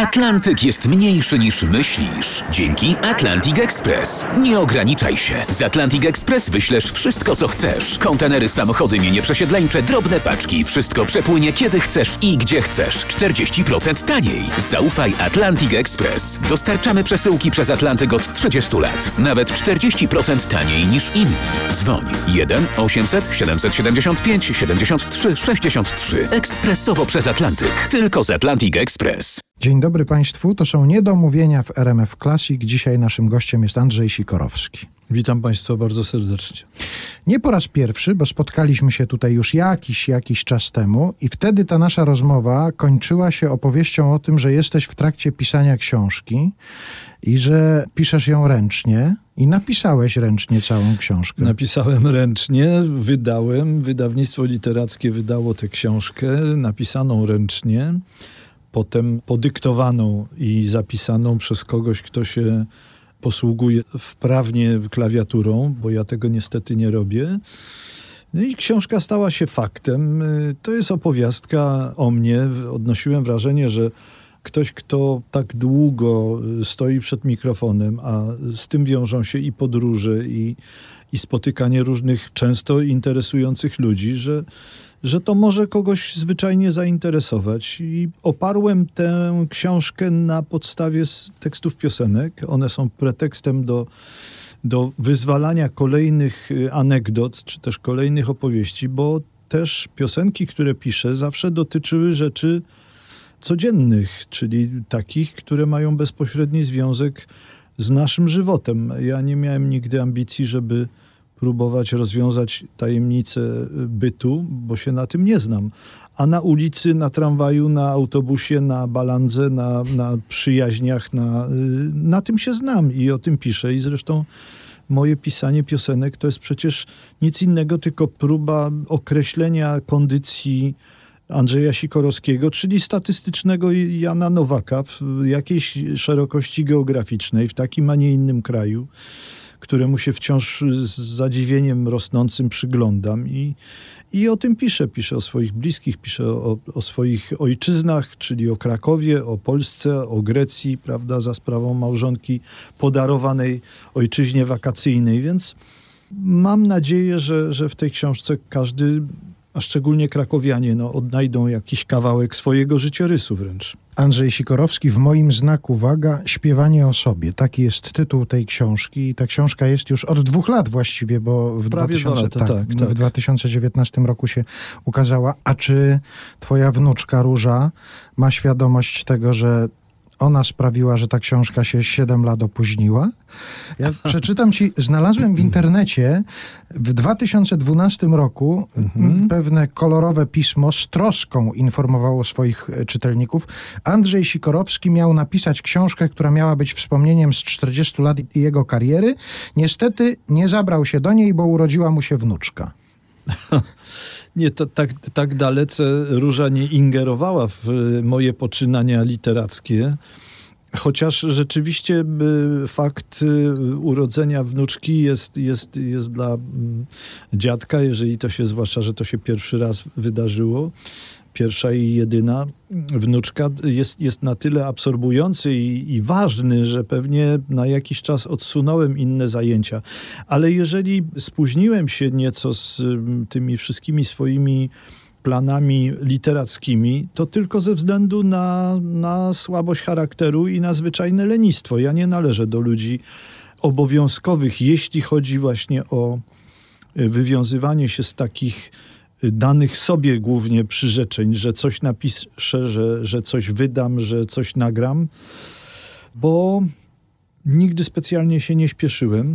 Atlantyk jest mniejszy niż myślisz. Dzięki Atlantic Express. Nie ograniczaj się. Z Atlantic Express wyślesz wszystko, co chcesz. Kontenery, samochody, mienie przesiedleńcze, drobne paczki. Wszystko przepłynie kiedy chcesz i gdzie chcesz. 40% taniej. Zaufaj Atlantic Express. Dostarczamy przesyłki przez Atlantyk od 30 lat. Nawet 40% taniej niż inni. Dzwoń 1 800 775 73 63. Ekspresowo przez Atlantyk. Tylko z Atlantic Express. Dzień dobry Państwu, to są Niedomówienia w RMF Classic. Dzisiaj naszym gościem jest Andrzej Sikorowski. Witam Państwa bardzo serdecznie. Nie po raz pierwszy, bo spotkaliśmy się tutaj już jakiś czas temu i wtedy ta nasza rozmowa kończyła się opowieścią o tym, że jesteś w trakcie pisania książki i że piszesz ją ręcznie i napisałeś ręcznie całą książkę. Napisałem ręcznie, wydałem, wydawnictwo literackie wydało tę książkę, napisaną ręcznie, potem podyktowaną i zapisaną przez kogoś, kto się posługuje wprawnie klawiaturą, bo ja tego niestety nie robię. No i książka stała się faktem. To jest opowiastka o mnie. Odnosiłem wrażenie, że ktoś, kto tak długo stoi przed mikrofonem, a z tym wiążą się i podróże, i spotykanie różnych, często interesujących ludzi, że to może kogoś zwyczajnie zainteresować. I oparłem tę książkę na podstawie tekstów piosenek. One są pretekstem do wyzwalania kolejnych anegdot, czy też kolejnych opowieści, bo też piosenki, które piszę, zawsze dotyczyły rzeczy codziennych, czyli takich, które mają bezpośredni związek z naszym żywotem. Ja nie miałem nigdy ambicji, żeby próbować rozwiązać tajemnicę bytu, bo się na tym nie znam. A na ulicy, na tramwaju, na autobusie, na balandze, na przyjaźniach, na tym się znam i o tym piszę. I zresztą moje pisanie piosenek to jest przecież nic innego, tylko próba określenia kondycji Andrzeja Sikorowskiego, czyli statystycznego Jana Nowaka w jakiejś szerokości geograficznej, w takim, a nie innym kraju, któremu się wciąż z zadziwieniem rosnącym przyglądam i o tym piszę. Piszę o swoich bliskich, piszę o swoich ojczyznach, czyli o Krakowie, o Polsce, o Grecji, prawda, za sprawą małżonki podarowanej ojczyźnie wakacyjnej, więc mam nadzieję, że w tej książce każdy, a szczególnie krakowianie, odnajdą jakiś kawałek swojego życiorysu wręcz. Andrzej Sikorowski, w moim znaku uwaga, śpiewanie o sobie. Taki jest tytuł tej książki. I ta książka jest już od 2 lat właściwie, bo w 2019 roku się ukazała. A czy twoja wnuczka Róża ma świadomość tego, że ona sprawiła, że ta książka się 7 lat opóźniła? Ja przeczytam ci, znalazłem w internecie w 2012 roku pewne kolorowe pismo z troską informowało swoich czytelników. Andrzej Sikorowski miał napisać książkę, która miała być wspomnieniem z 40 lat jego kariery. Niestety nie zabrał się do niej, bo urodziła mu się wnuczka. Nie, to tak dalece Róża nie ingerowała w moje poczynania literackie, chociaż rzeczywiście fakt urodzenia wnuczki jest dla dziadka, jeżeli to się, zwłaszcza, że to się pierwszy raz wydarzyło, pierwsza i jedyna wnuczka, jest na tyle absorbujący i ważny, że pewnie na jakiś czas odsunąłem inne zajęcia. Ale jeżeli spóźniłem się nieco z tymi wszystkimi swoimi planami literackimi, to tylko ze względu na słabość charakteru i na zwyczajne lenistwo. Ja nie należę do ludzi obowiązkowych, jeśli chodzi właśnie o wywiązywanie się z takich danych sobie głównie przyrzeczeń, że coś napiszę, że coś wydam, że coś nagram, bo nigdy specjalnie się nie śpieszyłem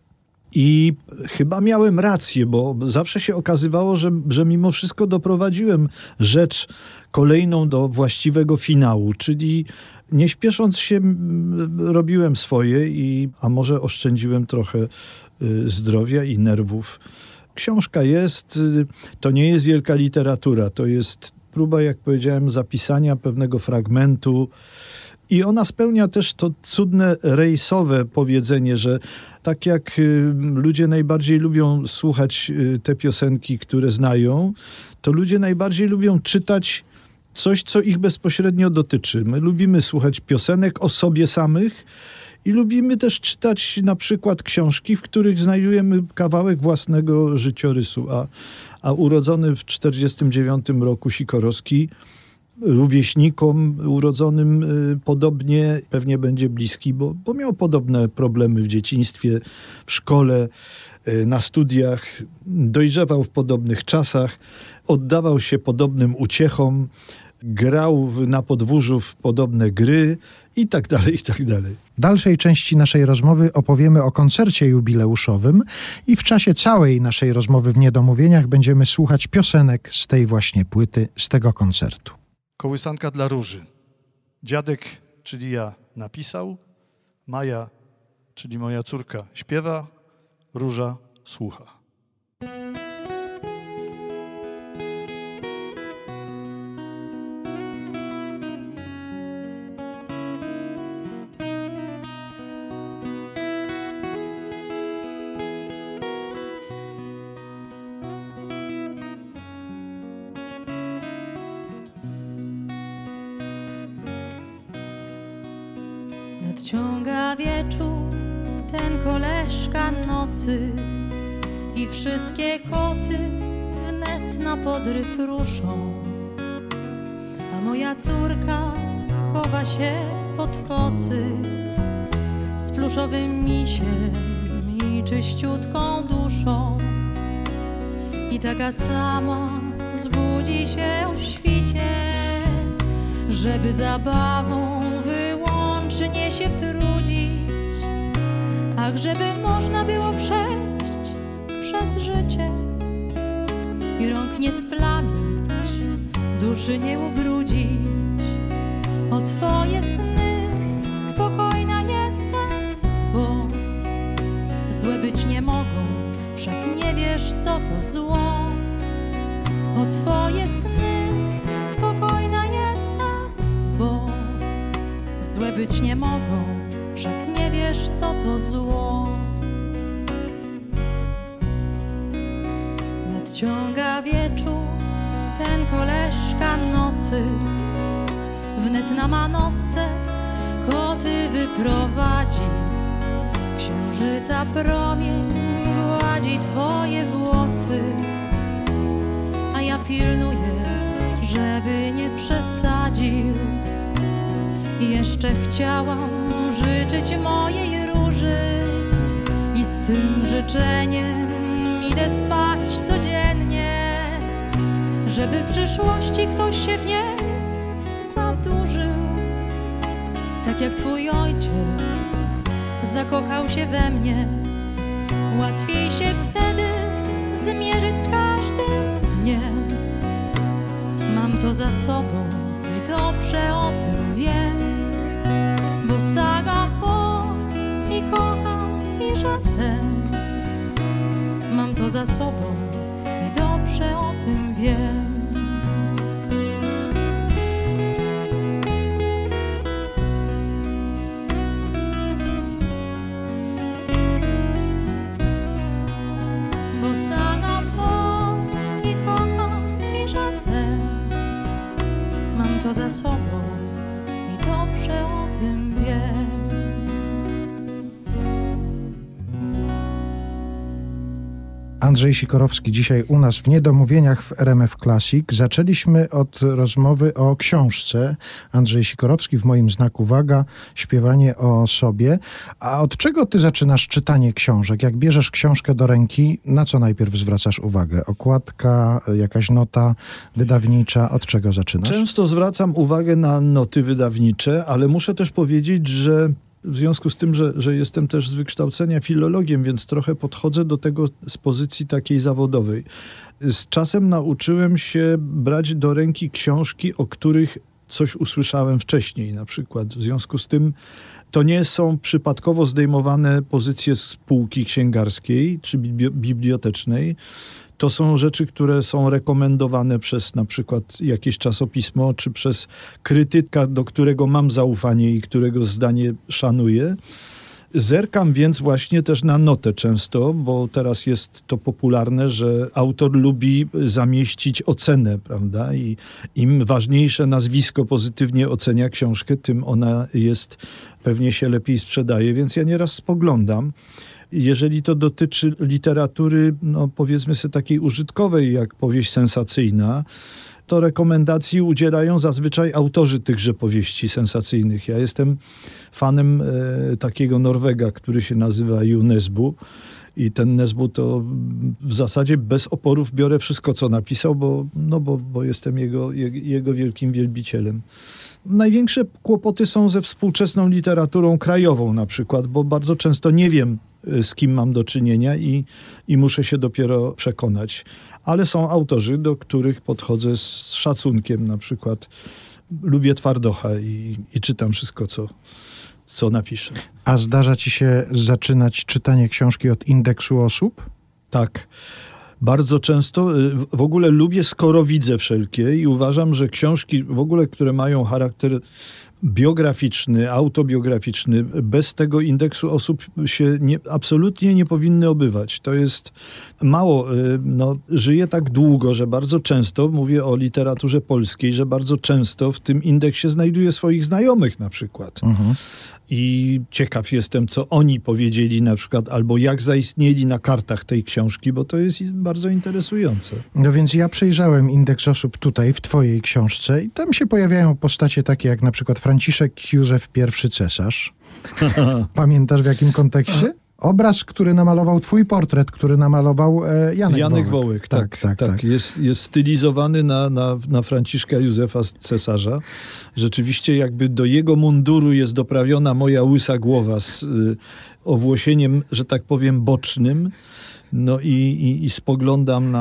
i chyba miałem rację, bo zawsze się okazywało, że mimo wszystko doprowadziłem rzecz kolejną do właściwego finału, czyli nie śpiesząc się robiłem swoje a może oszczędziłem trochę zdrowia i nerwów. Książka jest, to nie jest wielka literatura, to jest próba, jak powiedziałem, zapisania pewnego fragmentu i ona spełnia też to cudne rejsowe powiedzenie, że tak jak ludzie najbardziej lubią słuchać te piosenki, które znają, to ludzie najbardziej lubią czytać coś, co ich bezpośrednio dotyczy. My lubimy słuchać piosenek o sobie samych i lubimy też czytać na przykład książki, w których znajdujemy kawałek własnego życiorysu. A urodzony w 1949 roku Sikorowski rówieśnikom urodzonym podobnie pewnie będzie bliski, bo miał podobne problemy w dzieciństwie, w szkole, na studiach, dojrzewał w podobnych czasach, oddawał się podobnym uciechom, grał na podwórzu w podobne gry i tak dalej, i tak dalej. W dalszej części naszej rozmowy opowiemy o koncercie jubileuszowym i w czasie całej naszej rozmowy w Niedomówieniach będziemy słuchać piosenek z tej właśnie płyty, z tego koncertu. Kołysanka dla Róży. Dziadek, czyli ja, napisał, Maja, czyli moja córka, śpiewa, Róża słucha. Nadciąga wieczór, ten koleżka nocy i wszystkie koty wnet na podryw ruszą, a moja córka chowa się pod kocyk z pluszowym misiem i czyściutką duszą i taka sama zbudzi się o świcie, żeby zabawą wyłącznie się trudzić, ach, żeby można było przejść przez życie i rąk nie splamić, duszy nie ubrudzić. O twoje sny spokojna jestem, bo złe być nie mogą, wszak nie wiesz, co to zło. O twoje sny spokojna jestem, bo złe być nie mogą, wszak nie wiesz, co to zło. Nadciąga wieczór, ten koleżka nocy, wnet na manowce koty wyprowadzi. Księżyca promień gładzi twoje włosy, a ja pilnuję, żeby nie przesadził. Jeszcze chciałam życzyć mojej Róży i z tym życzeniem idę spać codziennie, żeby w przyszłości ktoś się w niej zadłużył, tak jak twój ojciec zakochał się we mnie. Łatwiej się wtedy zmierzyć z każdym dniem. Mam to za sobą i dobrze o tym wiem, bo saga i kocham i żaden. Mam to za sobą i dobrze o tym wiem. Bo saga i kocham i żaden. Mam to za sobą i dobrze o tym wiem. Andrzej Sikorowski dzisiaj u nas w Niedomówieniach w RMF Classic. Zaczęliśmy od rozmowy o książce. Andrzej Sikorowski w moim znaku waga, śpiewanie o sobie. A od czego ty zaczynasz czytanie książek? Jak bierzesz książkę do ręki, na co najpierw zwracasz uwagę? Okładka, jakaś nota wydawnicza? Od czego zaczynasz? Często zwracam uwagę na noty wydawnicze, ale muszę też powiedzieć, że w związku z tym, że jestem też z wykształcenia filologiem, więc trochę podchodzę do tego z pozycji takiej zawodowej. Z czasem nauczyłem się brać do ręki książki, o których coś usłyszałem wcześniej na przykład. W związku z tym to nie są przypadkowo zdejmowane pozycje z półki księgarskiej czy bibliotecznej. To są rzeczy, które są rekomendowane przez na przykład jakieś czasopismo, czy przez krytyka, do którego mam zaufanie i którego zdanie szanuję. Zerkam więc właśnie też na notę często, bo teraz jest to popularne, że autor lubi zamieścić ocenę, prawda? I im ważniejsze nazwisko pozytywnie ocenia książkę, tym ona jest, pewnie się lepiej sprzedaje, więc ja nieraz spoglądam. Jeżeli to dotyczy literatury, no powiedzmy sobie takiej użytkowej, jak powieść sensacyjna, to rekomendacji udzielają zazwyczaj autorzy tychże powieści sensacyjnych. Ja jestem fanem takiego Norwega, który się nazywa Jo Nesbø. I ten Nesbø to w zasadzie bez oporów biorę wszystko, co napisał, bo jestem jego wielkim wielbicielem. Największe kłopoty są ze współczesną literaturą krajową na przykład, bo bardzo często nie wiem, z kim mam do czynienia i muszę się dopiero przekonać. Ale są autorzy, do których podchodzę z szacunkiem. Na przykład lubię Twardocha i czytam wszystko, co napisze. A zdarza ci się zaczynać czytanie książki od indeksu osób? Tak. Bardzo często, w ogóle lubię skorowidze wszelkie i uważam, że książki w ogóle, które mają charakter biograficzny, autobiograficzny, bez tego indeksu osób się absolutnie nie powinny obywać. To jest mało, żyję tak długo, że bardzo często, mówię o literaturze polskiej, że bardzo często w tym indeksie znajduję swoich znajomych na przykład. I ciekaw jestem, co oni powiedzieli na przykład, albo jak zaistnieli na kartach tej książki, bo to jest bardzo interesujące. No więc ja przejrzałem indeks osób tutaj w twojej książce i tam się pojawiają postacie takie jak na przykład Franciszek Józef I Cesarz. Pamiętasz w jakim kontekście? Obraz, który namalował twój portret, który namalował Janek Wołyk. Tak. Jest stylizowany na Franciszka Józefa Cesarza. Rzeczywiście jakby do jego munduru jest doprawiona moja łysa głowa z owłosieniem, że tak powiem, bocznym. No i spoglądam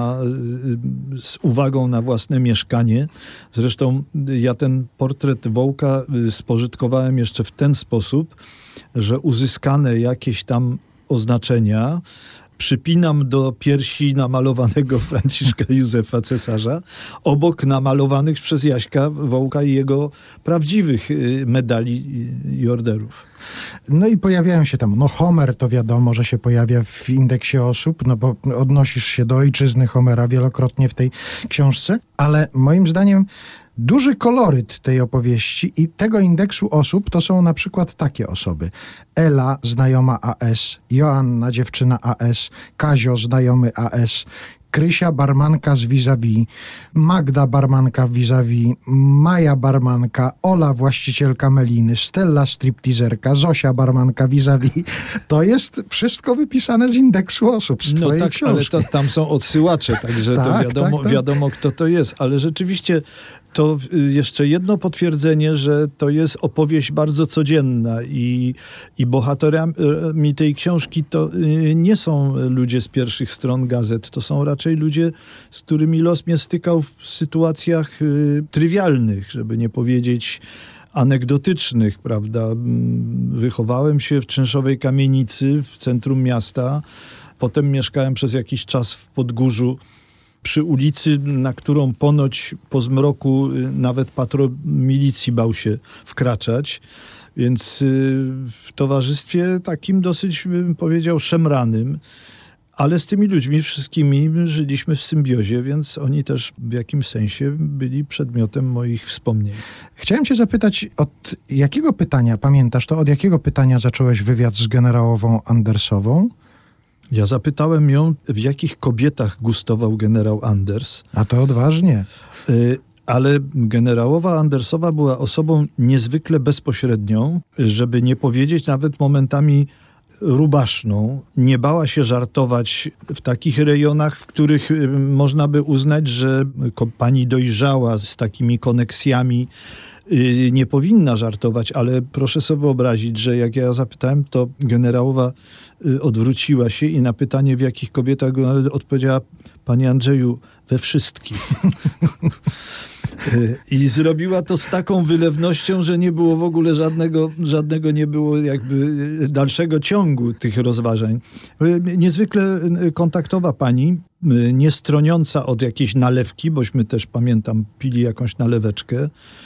z uwagą na własne mieszkanie. Zresztą ja ten portret Wołka spożytkowałem jeszcze w ten sposób, że uzyskane jakieś tam oznaczenia przypinam do piersi namalowanego Franciszka Józefa Cesarza, obok namalowanych przez Jaśka Wołka i jego prawdziwych medali i orderów. No i pojawiają się tam, Homer to wiadomo, że się pojawia w indeksie osób, no bo odnosisz się do ojczyzny Homera wielokrotnie w tej książce, ale moim zdaniem duży koloryt tej opowieści i tego indeksu osób to są na przykład takie osoby. Ela, znajoma AS, Joanna, dziewczyna AS, Kazio, znajomy AS, Krysia, barmanka z vis-a-vis, Magda, barmanka vis-a-vis, Maja, barmanka, Ola, właścicielka Meliny, Stella, stripteaserka, Zosia, barmanka vis-a-vis. To jest wszystko wypisane z indeksu osób, z twojej książki. Ale tam są odsyłacze, także to wiadomo, kto to jest. Ale rzeczywiście to jeszcze jedno potwierdzenie, że to jest opowieść bardzo codzienna i bohaterami tej książki to nie są ludzie z pierwszych stron gazet, to są raczej ludzie, z którymi los mnie stykał w sytuacjach trywialnych, żeby nie powiedzieć anegdotycznych, prawda. Wychowałem się w czynszowej kamienicy w centrum miasta, potem mieszkałem przez jakiś czas w Podgórzu, przy ulicy, na którą ponoć po zmroku nawet patrol milicji bał się wkraczać. Więc w towarzystwie takim dosyć, bym powiedział, szemranym. Ale z tymi ludźmi wszystkimi żyliśmy w symbiozie, więc oni też w jakimś sensie byli przedmiotem moich wspomnień. Chciałem cię zapytać, od jakiego pytania, pamiętasz to, od jakiego pytania zacząłeś wywiad z generałową Andersową? Ja zapytałem ją, w jakich kobietach gustował generał Anders. A to odważnie. Ale generałowa Andersowa była osobą niezwykle bezpośrednią, żeby nie powiedzieć nawet momentami rubaszną. Nie bała się żartować w takich rejonach, w których można by uznać, że pani dojrzała z takimi koneksjami nie powinna żartować, ale proszę sobie wyobrazić, że jak ja zapytałem, to generałowa odwróciła się i na pytanie, w jakich kobietach odpowiedziała: panie Andrzeju, we wszystkich. I zrobiła to z taką wylewnością, że nie było w ogóle żadnego nie było jakby dalszego ciągu tych rozważań. Niezwykle kontaktowa pani, nie stroniąca od jakiejś nalewki, bośmy też, pamiętam, pili jakąś naleweczkę.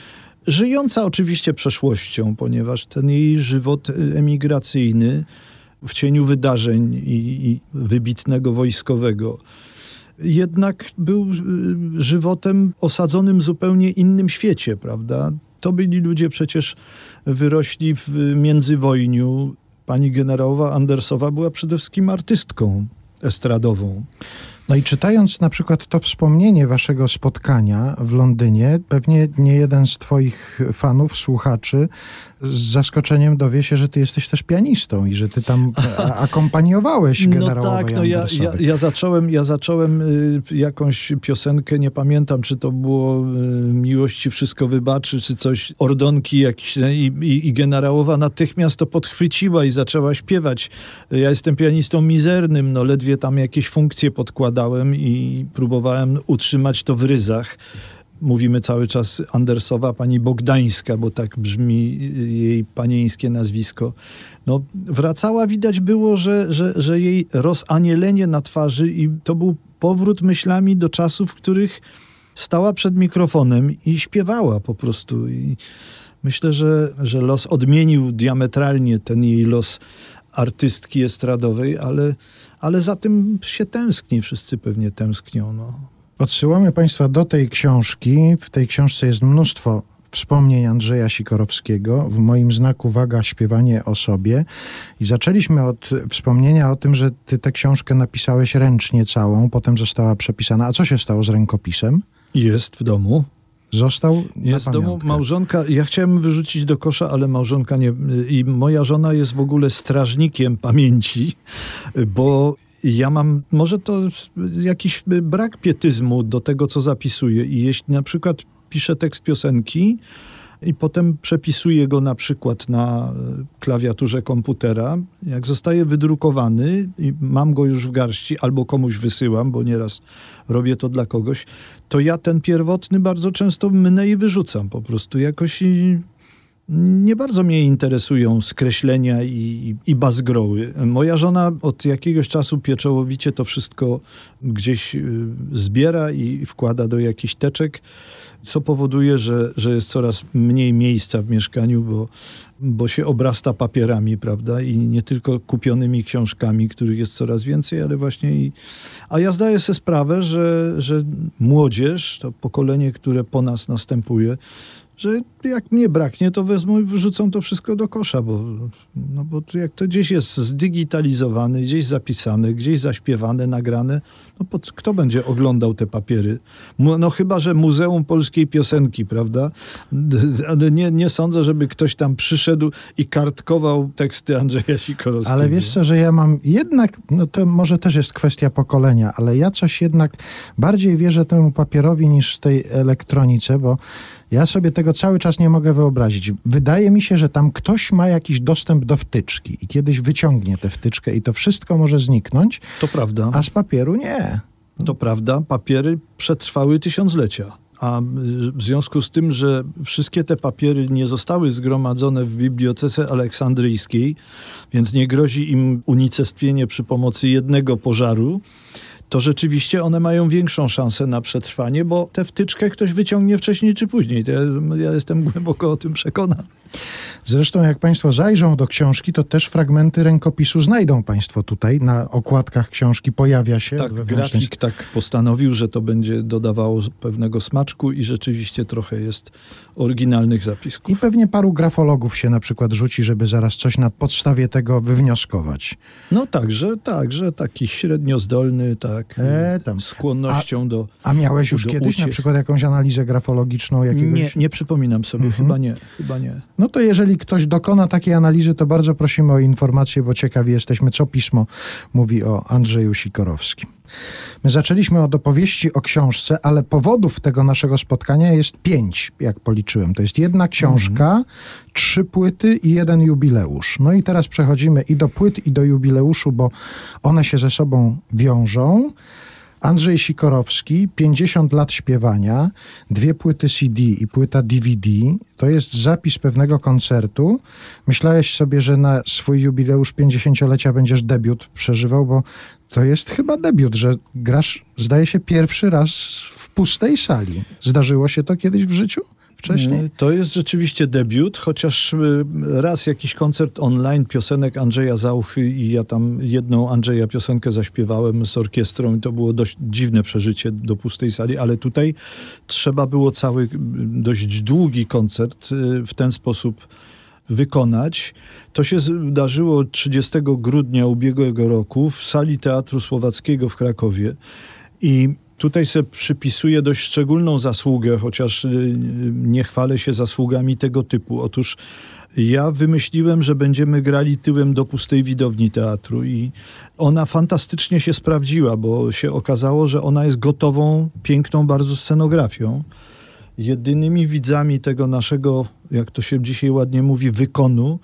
żyjąca oczywiście przeszłością, ponieważ ten jej żywot emigracyjny w cieniu wydarzeń i wybitnego wojskowego jednak był żywotem osadzonym w zupełnie innym świecie, prawda? To byli ludzie przecież wyrośli w międzywojniu. Pani generałowa Andersowa była przede wszystkim artystką estradową. No i czytając na przykład to wspomnienie waszego spotkania w Londynie, pewnie nie jeden z twoich fanów, słuchaczy z zaskoczeniem dowie się, że ty jesteś też pianistą i że ty tam akompaniowałeś generałowej Andersowej. Ja zacząłem jakąś piosenkę, nie pamiętam, czy to było Miłość ci wszystko wybaczy, czy coś, Ordonki jakieś, i generałowa natychmiast to podchwyciła i zaczęła śpiewać. Ja jestem pianistą mizernym, no ledwie tam jakieś funkcje podkładałem i próbowałem utrzymać to w ryzach. Mówimy cały czas Andersowa, pani Bogdańska, bo tak brzmi jej panieńskie nazwisko. No, wracała, widać było, że jej rozanielenie na twarzy i to był powrót myślami do czasów, w których stała przed mikrofonem i śpiewała po prostu. I myślę, że los odmienił diametralnie ten jej los artystki estradowej, ale za tym się tęskni. Wszyscy pewnie tęsknią, no. Odsyłamy Państwa do tej książki. W tej książce jest mnóstwo wspomnień Andrzeja Sikorowskiego. W moim znaku waga śpiewanie o sobie. I zaczęliśmy od wspomnienia o tym, że ty tę książkę napisałeś ręcznie całą, potem została przepisana. A co się stało z rękopisem? Jest w domu. Został Jest na w domu. pamiątkę. Małżonka, ja chciałem wyrzucić do kosza, ale małżonka nie. I moja żona jest w ogóle strażnikiem pamięci, bo ja mam, może to jakiś brak pietyzmu do tego, co zapisuję. I jeśli na przykład piszę tekst piosenki i potem przepisuję go na przykład na klawiaturze komputera, jak zostaje wydrukowany i mam go już w garści albo komuś wysyłam, bo nieraz robię to dla kogoś, to ja ten pierwotny bardzo często mnę i wyrzucam po prostu. Jakoś nie bardzo mnie interesują skreślenia i bazgroły. Moja żona od jakiegoś czasu pieczołowicie to wszystko gdzieś zbiera i wkłada do jakichś teczek, co powoduje, że jest coraz mniej miejsca w mieszkaniu, bo się obrasta papierami, prawda? I nie tylko kupionymi książkami, których jest coraz więcej, ale właśnie A ja zdaję sobie sprawę, że młodzież, to pokolenie, które po nas następuje, że jak mnie braknie, to wezmą i wyrzucą to wszystko do kosza, bo jak to gdzieś jest zdigitalizowane, gdzieś zapisane, gdzieś zaśpiewane, nagrane, no kto będzie oglądał te papiery? No chyba, że Muzeum Polskiej Piosenki, prawda? Ale nie sądzę, żeby ktoś tam przyszedł i kartkował teksty Andrzeja Sikorowskiego. Ale wiesz co, że ja mam jednak, no to może też jest kwestia pokolenia, ale ja coś jednak bardziej wierzę temu papierowi niż tej elektronice, bo ja sobie tego cały czas nie mogę wyobrazić. Wydaje mi się, że tam ktoś ma jakiś dostęp do wtyczki i kiedyś wyciągnie tę wtyczkę i to wszystko może zniknąć, To prawda. a z papieru nie. To prawda, papiery przetrwały tysiąclecia. A w związku z tym, że wszystkie te papiery nie zostały zgromadzone w Bibliotece Aleksandryjskiej, więc nie grozi im unicestwienie przy pomocy jednego pożaru, to rzeczywiście one mają większą szansę na przetrwanie, bo tę wtyczkę ktoś wyciągnie wcześniej czy później. Ja jestem głęboko o tym przekonany. Zresztą jak Państwo zajrzą do książki, to też fragmenty rękopisu znajdą Państwo tutaj. Na okładkach książki pojawia się. Tak, grafik tak postanowił, że to będzie dodawało pewnego smaczku i rzeczywiście trochę jest oryginalnych zapisków. I pewnie paru grafologów się na przykład rzuci, żeby zaraz coś na podstawie tego wywnioskować. No także taki średnio zdolny, tak, Tam. skłonnością do... A miałeś już do kiedyś uciech. na przykład jakąś analizę grafologiczną jakiegoś... Nie przypominam sobie, chyba nie. No to jeżeli ktoś dokona takiej analizy, to bardzo prosimy o informację, bo ciekawi jesteśmy, co pismo mówi o Andrzeju Sikorowskim. My zaczęliśmy od opowieści o książce, ale powodów tego naszego spotkania jest 5, jak policzyłem. To jest 1 książka, 3 płyty i 1 jubileusz. No i teraz przechodzimy i do płyt, i do jubileuszu, bo one się ze sobą wiążą. Andrzej Sikorowski, 50 lat śpiewania, 2 płyty CD i płyta DVD. To jest zapis pewnego koncertu. Myślałeś sobie, że na swój jubileusz 50-lecia będziesz debiut przeżywał, bo to jest chyba debiut, że grasz, zdaje się, pierwszy raz w pustej sali. Zdarzyło się to kiedyś w życiu? wcześniej? To jest rzeczywiście debiut, chociaż raz jakiś koncert online piosenek Andrzeja Zauchy i ja tam jedną Andrzeja piosenkę zaśpiewałem z orkiestrą i to było dość dziwne przeżycie do pustej sali, ale tutaj trzeba było cały dość długi koncert w ten sposób wykonać. To się zdarzyło 30 grudnia ubiegłego roku w sali Teatru Słowackiego w Krakowie i tutaj sobie przypisuję dość szczególną zasługę, chociaż nie chwalę się zasługami tego typu. Otóż ja wymyśliłem, że będziemy grali tyłem do pustej widowni teatru i ona fantastycznie się sprawdziła, bo się okazało, że ona jest gotową, piękną bardzo scenografią. Jedynymi widzami tego naszego, jak to się dzisiaj ładnie mówi, wykonu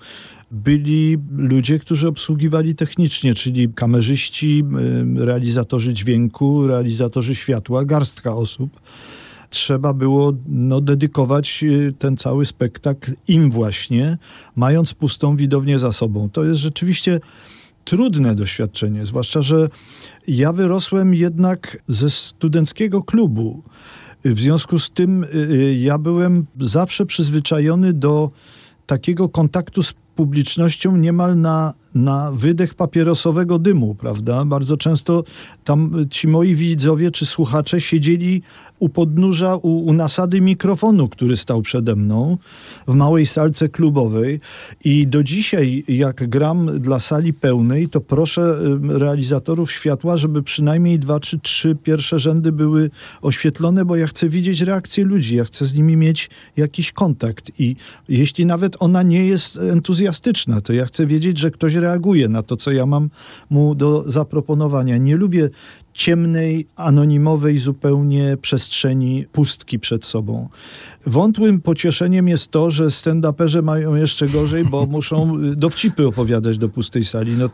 byli ludzie, którzy obsługiwali technicznie, czyli kamerzyści, realizatorzy dźwięku, realizatorzy światła, garstka osób. Trzeba było dedykować ten cały spektakl im właśnie, mając pustą widownię za sobą. To jest rzeczywiście trudne doświadczenie, zwłaszcza, że ja wyrosłem jednak ze studenckiego klubu. W związku z tym ja byłem zawsze przyzwyczajony do takiego kontaktu z publicznością niemal na wydech papierosowego dymu, prawda? Bardzo często tam ci moi widzowie czy słuchacze siedzieli u podnóża, u nasady mikrofonu, który stał przede mną w małej salce klubowej i do dzisiaj jak gram dla sali pełnej, to proszę realizatorów światła, żeby przynajmniej 2 czy 3 pierwsze rzędy były oświetlone, bo ja chcę widzieć reakcję ludzi, ja chcę z nimi mieć jakiś kontakt i jeśli nawet ona nie jest entuzjastyczna, to ja chcę wiedzieć, że ktoś reaguje na to, co ja mam mu do zaproponowania. Nie lubię ciemnej, anonimowej zupełnie przestrzeni pustki przed sobą. Wątłym pocieszeniem jest to, że stand-uperzy mają jeszcze gorzej, bo muszą dowcipy opowiadać do pustej sali. No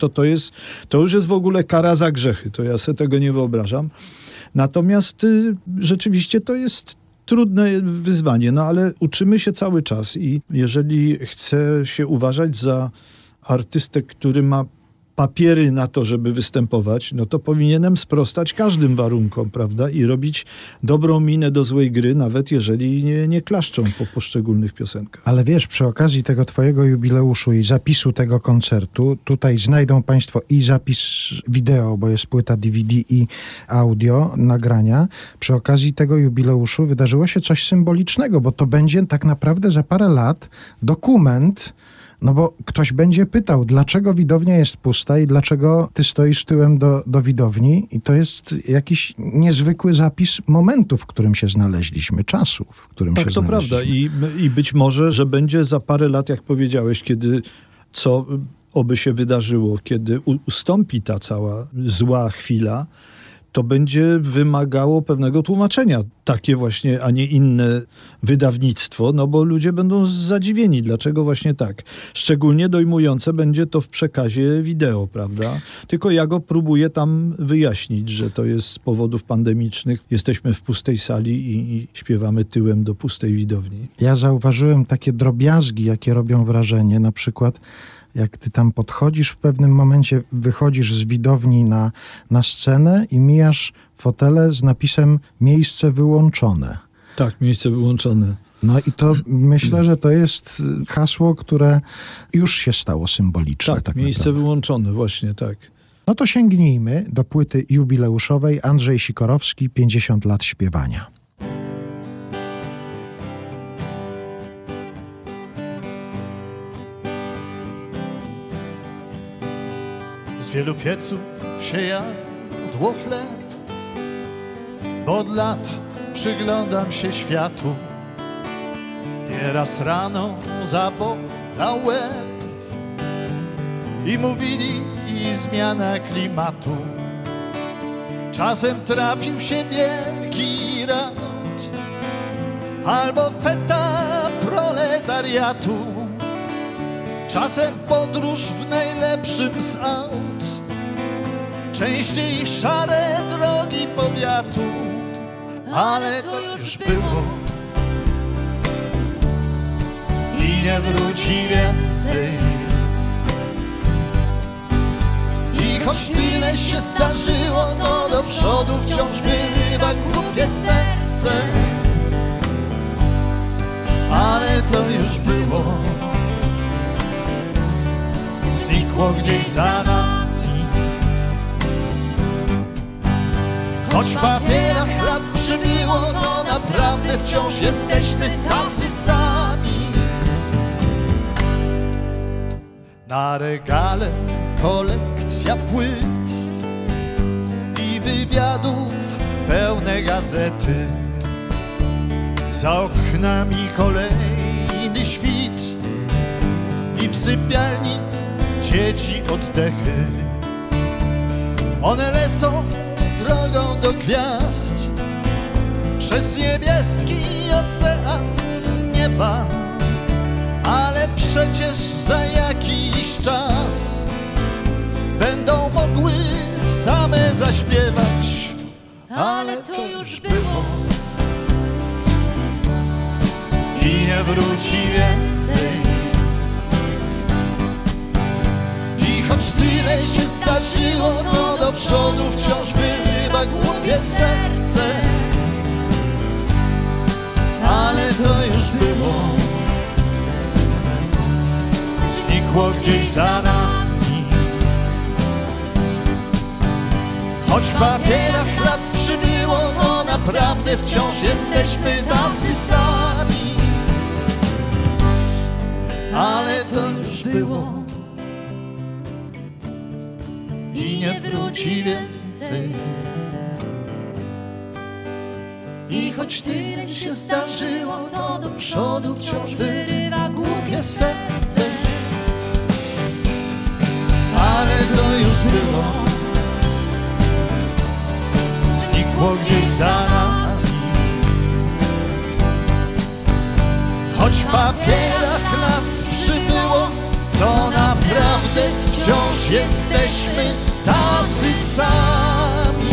to już jest w ogóle kara za grzechy. To ja sobie tego nie wyobrażam. Natomiast rzeczywiście to jest trudne wyzwanie, ale uczymy się cały czas i jeżeli chcę się uważać za artystę, który ma papiery na to, żeby występować, to powinienem sprostać każdym warunkom, prawda? I robić dobrą minę do złej gry, nawet jeżeli nie klaszczą po poszczególnych piosenkach. Ale wiesz, przy okazji tego twojego jubileuszu i zapisu tego koncertu, tutaj znajdą państwo i zapis wideo, bo jest płyta DVD i audio, nagrania. Przy okazji tego jubileuszu wydarzyło się coś symbolicznego, bo to będzie tak naprawdę za parę lat dokument. No bo ktoś będzie pytał, dlaczego widownia jest pusta i dlaczego ty stoisz tyłem do widowni i to jest jakiś niezwykły zapis momentu, w którym się znaleźliśmy, czasu, w którym się znaleźliśmy. Tak, to prawda i być może, że będzie za parę lat, jak powiedziałeś, kiedy co oby się wydarzyło, kiedy ustąpi ta cała zła chwila, to będzie wymagało pewnego tłumaczenia. Takie właśnie, a nie inne wydawnictwo, bo ludzie będą zadziwieni. Dlaczego właśnie tak? Szczególnie dojmujące będzie to w przekazie wideo, prawda? Tylko ja go próbuję tam wyjaśnić, że to jest z powodów pandemicznych. Jesteśmy w pustej sali i śpiewamy tyłem do pustej widowni. Ja zauważyłem takie drobiazgi, jakie robią wrażenie. Na przykład jak ty tam podchodzisz, w pewnym momencie wychodzisz z widowni na scenę i mijasz fotele z napisem miejsce wyłączone. Tak, miejsce wyłączone. No i to myślę, że to jest hasło, które już się stało symboliczne. Tak, miejsce naprawdę wyłączone, właśnie, tak. No to sięgnijmy do płyty jubileuszowej Andrzej Sikorowski, 50 lat śpiewania. Z wielu pieców się jadło chleb, bo od lat przyglądam się światu. Nieraz rano zabolał łeb i mówili i zmiana klimatu. Czasem trafił się wielki rat albo feta proletariatu. Czasem podróż w najlepszym z aut, częściej szare drogi powiatu, ale to już było i nie wróci więcej. I choć tyle się zdarzyło, to do przodu wciąż wyrywa głupie serce. ale to już było. Znikło gdzieś za nami. Choć w papierach lat przybyło, to naprawdę wciąż jesteśmy tacy sami. Na regale kolekcja płyt i wywiadów pełne gazety. Za oknami kolejny świt i w sypialni dzieci oddechy. One lecą drogą do gwiazd przez niebieski ocean nieba, ale przecież za jakiś czas będą mogły same zaśpiewać. Ale to już było i nie wróci więcej. I choć tyle się zdarzyło, to do przodu wciąż wyrywa głupie serce. Ale to już było, znikło gdzieś za nami. Choć w papierach lat przybyło, to naprawdę wciąż jesteśmy tacy sami. Ale to już było i nie wróci więcej. I choć tyle się zdarzyło, to do przodu wciąż wyrywa głupie serce. Ale to już było, znikło gdzieś za nami. Choć w papierach lat przybyło, to naprawdę wciąż jesteśmy tacy sami.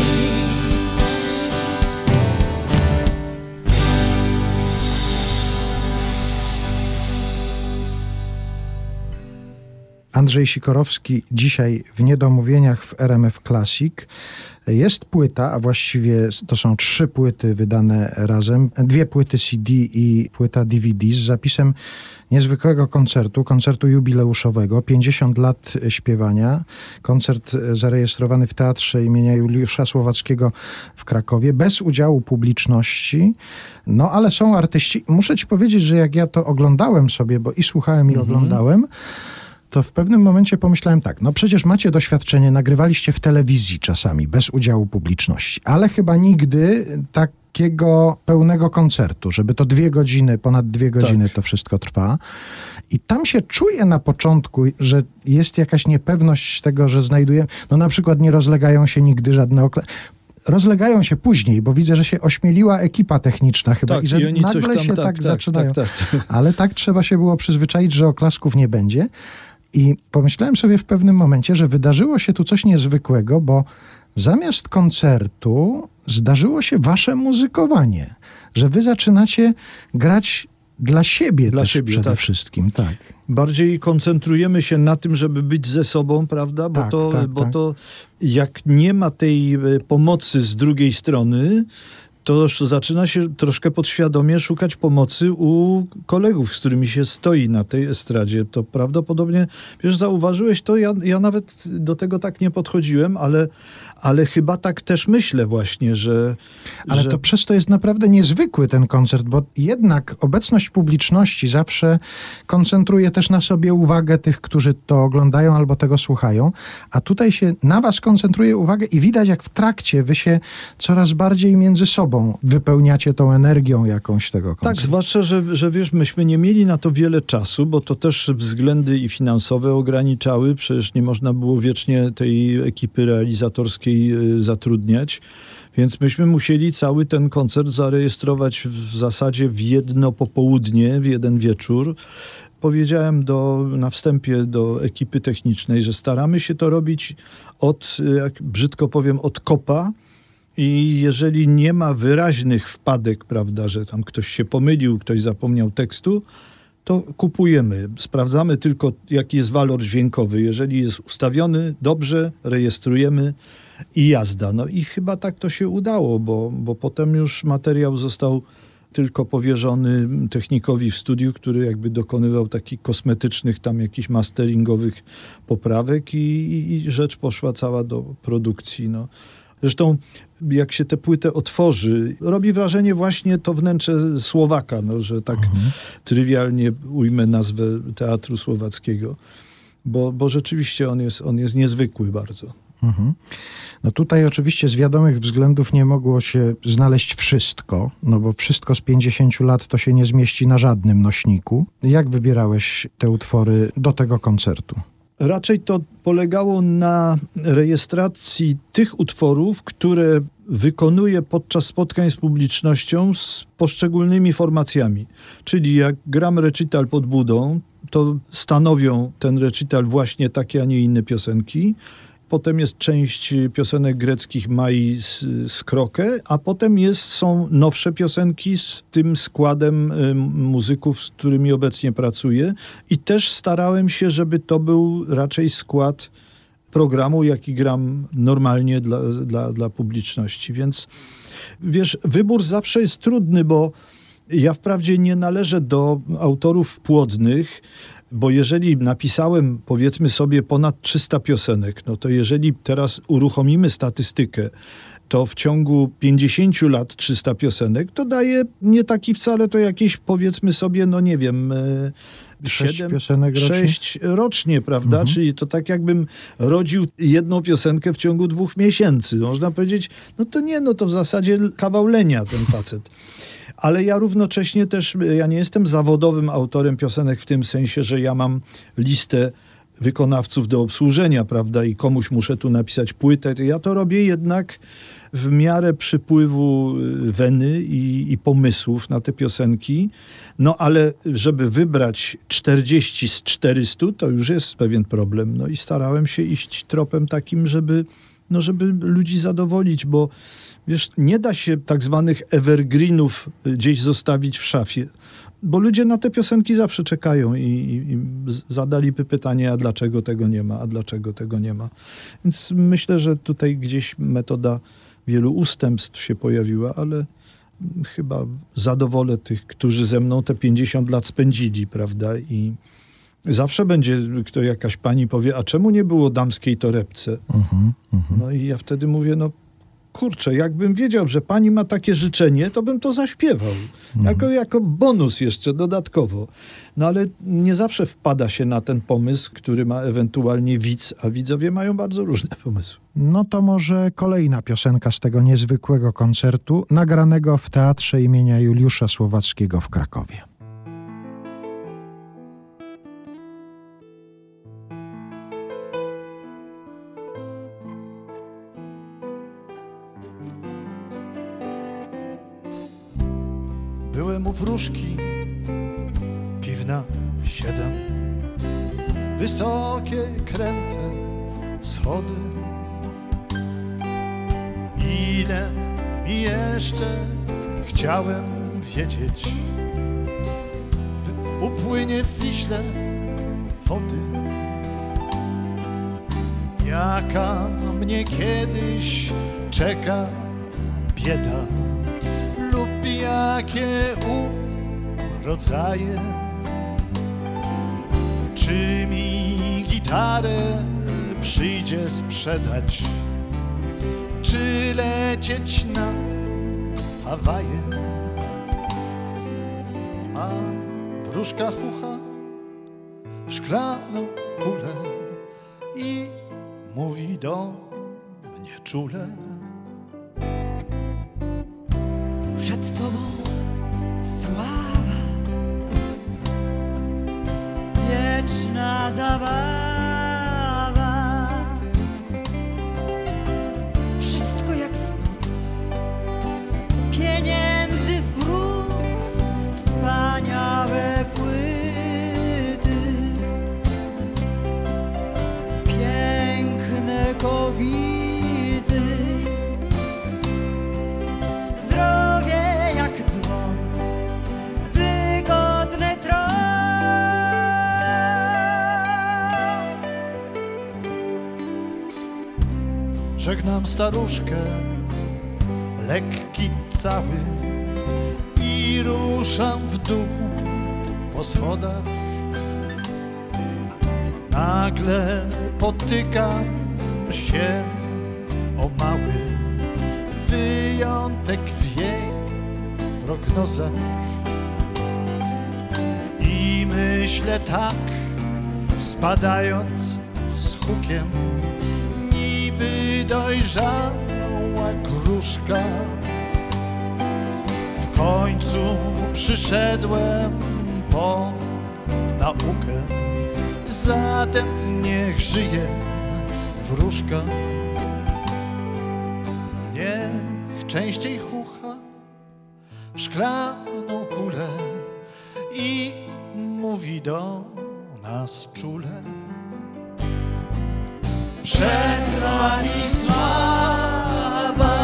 Andrzej Sikorowski dzisiaj w Niedomówieniach w RMF Classic. Jest płyta, a właściwie to są 3 płyty wydane razem, 2 płyty CD i płyta DVD z zapisem niezwykłego koncertu jubileuszowego, 50 lat śpiewania. Koncert zarejestrowany w Teatrze imienia Juliusza Słowackiego w Krakowie, bez udziału publiczności. No ale są artyści. Muszę ci powiedzieć, że jak ja to oglądałem sobie, bo i słuchałem, i oglądałem, to w pewnym momencie pomyślałem tak, no przecież macie doświadczenie, nagrywaliście w telewizji czasami, bez udziału publiczności, ale chyba nigdy takiego pełnego koncertu, żeby to 2 godziny, ponad 2 godziny to wszystko trwa. I tam się czuje na początku, że jest jakaś niepewność tego, że znajduje, no na przykład nie rozlegają się nigdy żadne rozlegają się później, bo widzę, że się ośmieliła ekipa techniczna chyba i że nagle się tak zaczynają. Ale tak trzeba się było przyzwyczaić, że oklasków nie będzie. I pomyślałem sobie w pewnym momencie, że wydarzyło się tu coś niezwykłego, bo zamiast koncertu zdarzyło się wasze muzykowanie, że wy zaczynacie grać dla siebie przede wszystkim. Tak. Bardziej koncentrujemy się na tym, żeby być ze sobą, prawda? Bo to jak nie ma tej pomocy z drugiej strony, to już zaczyna się troszkę podświadomie szukać pomocy u kolegów, z którymi się stoi na tej estradzie. To prawdopodobnie, wiesz, zauważyłeś to, ja nawet do tego tak nie podchodziłem, ale chyba tak też myślę właśnie, że... Ale to przez to jest naprawdę niezwykły ten koncert, bo jednak obecność publiczności zawsze koncentruje też na sobie uwagę tych, którzy to oglądają albo tego słuchają, a tutaj się na was koncentruje uwagę i widać, jak w trakcie wy się coraz bardziej między sobą wypełniacie tą energią jakąś tego koncertu. Tak, zwłaszcza, że wiesz, myśmy nie mieli na to wiele czasu, bo to też względy i finansowe ograniczały, przecież nie można było wiecznie tej ekipy realizatorskiej zatrudniać, więc myśmy musieli cały ten koncert zarejestrować w zasadzie w jedno popołudnie, w jeden wieczór. Powiedziałem na wstępie do ekipy technicznej, że staramy się to robić jak brzydko powiem, od kopa. I jeżeli nie ma wyraźnych wpadek, prawda, że tam ktoś się pomylił, ktoś zapomniał tekstu, to kupujemy. Sprawdzamy tylko, jaki jest walor dźwiękowy. Jeżeli jest ustawiony dobrze, rejestrujemy i jazda. No i chyba tak to się udało, bo potem już materiał został tylko powierzony technikowi w studiu, który jakby dokonywał takich kosmetycznych tam jakichś masteringowych poprawek i rzecz poszła cała do produkcji. No. Zresztą jak się tę płytę otworzy, robi wrażenie właśnie to wnętrze Słowaka, no, że tak trywialnie ujmę nazwę Teatru Słowackiego, bo rzeczywiście on jest niezwykły bardzo. No tutaj oczywiście z wiadomych względów nie mogło się znaleźć wszystko, no bo wszystko z 50 lat to się nie zmieści na żadnym nośniku. Jak wybierałeś te utwory do tego koncertu? Raczej to polegało na rejestracji tych utworów, które wykonuję podczas spotkań z publicznością z poszczególnymi formacjami. Czyli jak gram recital pod Budą, to stanowią ten recital właśnie takie, a nie inne piosenki. Potem jest część piosenek greckich Mai z Krokę, a potem są nowsze piosenki z tym składem muzyków, z którymi obecnie pracuję. I też starałem się, żeby to był raczej skład programu, jaki gram normalnie dla publiczności. Więc wiesz, wybór zawsze jest trudny, bo ja wprawdzie nie należę do autorów płodnych, bo jeżeli napisałem, powiedzmy sobie, ponad 300 piosenek, no to jeżeli teraz uruchomimy statystykę, to w ciągu 50 lat 300 piosenek, to daje nie taki wcale to jakieś, powiedzmy sobie, no nie wiem, 6 rocznie, prawda? Czyli to tak jakbym rodził jedną piosenkę w ciągu 2 miesięcy. Można powiedzieć, no to nie, no to w zasadzie kawał lenia ten facet. Ale ja równocześnie też, ja nie jestem zawodowym autorem piosenek w tym sensie, że ja mam listę wykonawców do obsłużenia, prawda, i komuś muszę tu napisać płytę. Ja to robię jednak w miarę przypływu weny i pomysłów na te piosenki. No ale żeby wybrać 40 z 400, to już jest pewien problem. No i starałem się iść tropem takim, żeby ludzi zadowolić, bo wiesz, nie da się tak zwanych evergreenów gdzieś zostawić w szafie, bo ludzie na te piosenki zawsze czekają i zadaliby pytanie, a dlaczego tego nie ma, a dlaczego tego nie ma. Więc myślę, że tutaj gdzieś metoda wielu ustępstw się pojawiła, ale chyba zadowolę tych, którzy ze mną te 50 lat spędzili, prawda? I zawsze będzie jakaś pani powie, a czemu nie było damskiej torebce? No i ja wtedy mówię, no kurczę, jakbym wiedział, że pani ma takie życzenie, to bym to zaśpiewał. Jako bonus jeszcze dodatkowo. No ale nie zawsze wpada się na ten pomysł, który ma ewentualnie widz, a widzowie mają bardzo różne pomysły. No to może kolejna piosenka z tego niezwykłego koncertu, nagranego w Teatrze imienia Juliusza Słowackiego w Krakowie. Byłem u wróżki, piwna 7, wysokie, kręte schody. Ile mi jeszcze chciałem wiedzieć, upłynie w Wiśle wody. Jaka mnie kiedyś czeka bieda, lub jakie rodzaje. Czy mi gitarę przyjdzie sprzedać, czy lecieć na Hawaje? A wróżka chucha w szklaną kulę i mówi do mnie czule: przed tobą sława, wieczna zabawa, wszystko jak snut, pieniędzy w brud, wspaniałe płyty, piękne kobiety. Żegnam staruszkę, lekki cały i ruszam w dół po schodach. Nagle potykam się o mały wyjątek w jej prognozach. I myślę tak, spadając z hukiem, niby dojrzała gruszka. W końcu przyszedłem po naukę, zatem niech żyje wróżka. Niech częściej chucha w szklaną kulę i mówi do nas czule: przed nami sława,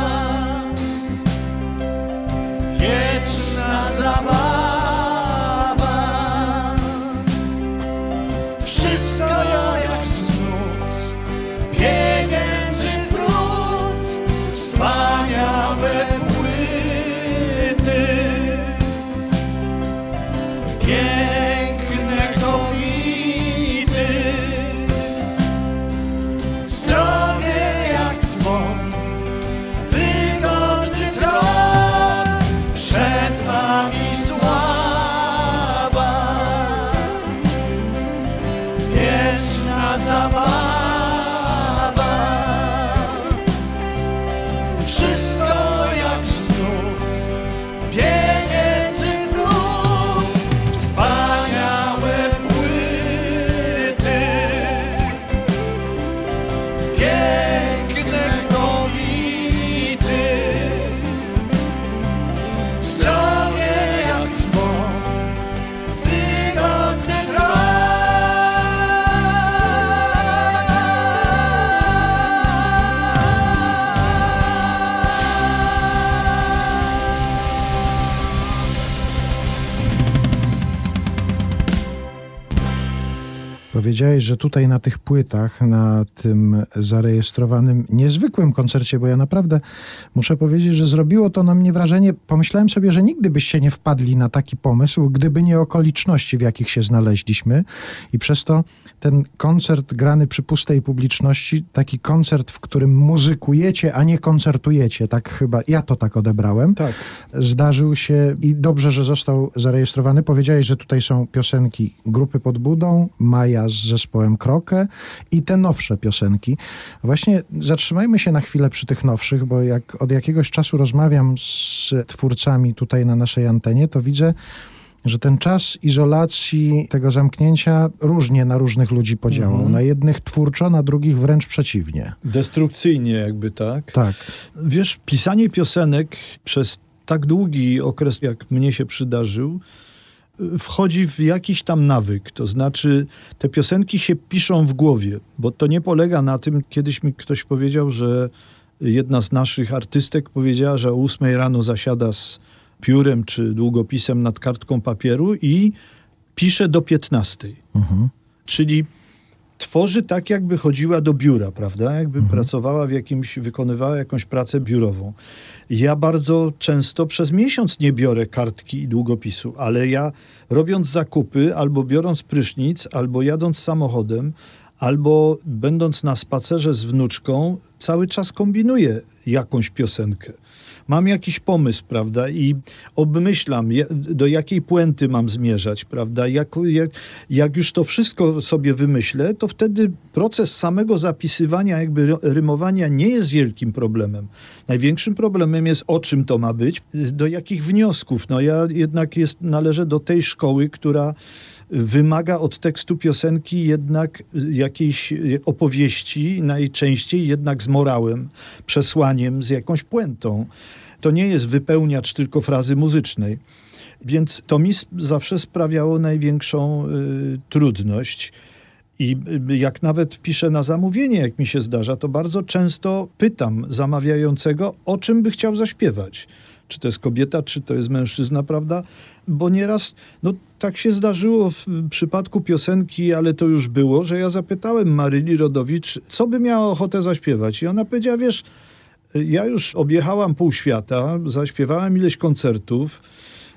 wieczna zabawa. Wszystko jak znów, pieniędzy brud, wspaniałe płyty, piękne kobiety, zdrowie jak dzwon, wygodny tron, przed wami sława, wieczna zabawa. Wszystko jak znów, pieniędzy brud, wspaniałe płyty, piękne kobiety, zdrowie jak dzwon, wygodny tron. Powiedziałeś, że tutaj na tych płytach, na tym zarejestrowanym niezwykłym koncercie, bo ja naprawdę muszę powiedzieć, że zrobiło to na mnie wrażenie. Pomyślałem sobie, że nigdy byście nie wpadli na taki pomysł, gdyby nie okoliczności, w jakich się znaleźliśmy. I przez to ten koncert grany przy pustej publiczności, taki koncert, w którym muzykujecie, a nie koncertujecie, tak chyba, ja to tak odebrałem, Tak. zdarzył się i dobrze, że został zarejestrowany. Powiedziałeś, że tutaj są piosenki Grupy Pod Budą, Maja z zespołem Krokę i te nowsze piosenki. Właśnie zatrzymajmy się na chwilę przy tych nowszych, bo jak od jakiegoś czasu rozmawiam z twórcami tutaj na naszej antenie, to widzę, że ten czas izolacji, tego zamknięcia różnie na różnych ludzi podziałał. Na jednych twórczo, na drugich wręcz przeciwnie. Destrukcyjnie jakby, tak? Tak. Wiesz, pisanie piosenek przez tak długi okres, jak mnie się przydarzył, wchodzi w jakiś tam nawyk. To znaczy, te piosenki się piszą w głowie, bo to nie polega na tym, kiedyś mi ktoś powiedział, że jedna z naszych artystek powiedziała, że o 8 rano zasiada z piórem czy długopisem nad kartką papieru i pisze do 15. Czyli tworzy tak, jakby chodziła do biura, prawda? Jakby pracowała w jakimś, wykonywała jakąś pracę biurową. Ja bardzo często przez miesiąc nie biorę kartki i długopisu, ale ja robiąc zakupy, albo biorąc prysznic, albo jadąc samochodem, albo będąc na spacerze z wnuczką, cały czas kombinuję jakąś piosenkę. Mam jakiś pomysł, prawda, i obmyślam, do jakiej puenty mam zmierzać, prawda. Jak już to wszystko sobie wymyślę, to wtedy proces samego zapisywania, jakby rymowania nie jest wielkim problemem. Największym problemem jest, o czym to ma być, do jakich wniosków. No ja jednak należę do tej szkoły, która wymaga od tekstu piosenki jednak jakiejś opowieści, najczęściej jednak z morałem, przesłaniem, z jakąś puentą. To nie jest wypełniacz tylko frazy muzycznej. Więc to mi zawsze sprawiało największą trudność. I jak nawet piszę na zamówienie, jak mi się zdarza, to bardzo często pytam zamawiającego, o czym by chciał zaśpiewać. Czy to jest kobieta, czy to jest mężczyzna, prawda? Bo nieraz, no tak się zdarzyło w przypadku piosenki, ale to już było, że ja zapytałem Maryli Rodowicz, co by miała ochotę zaśpiewać. I ona powiedziała, wiesz, ja już objechałam pół świata, zaśpiewałem ileś koncertów,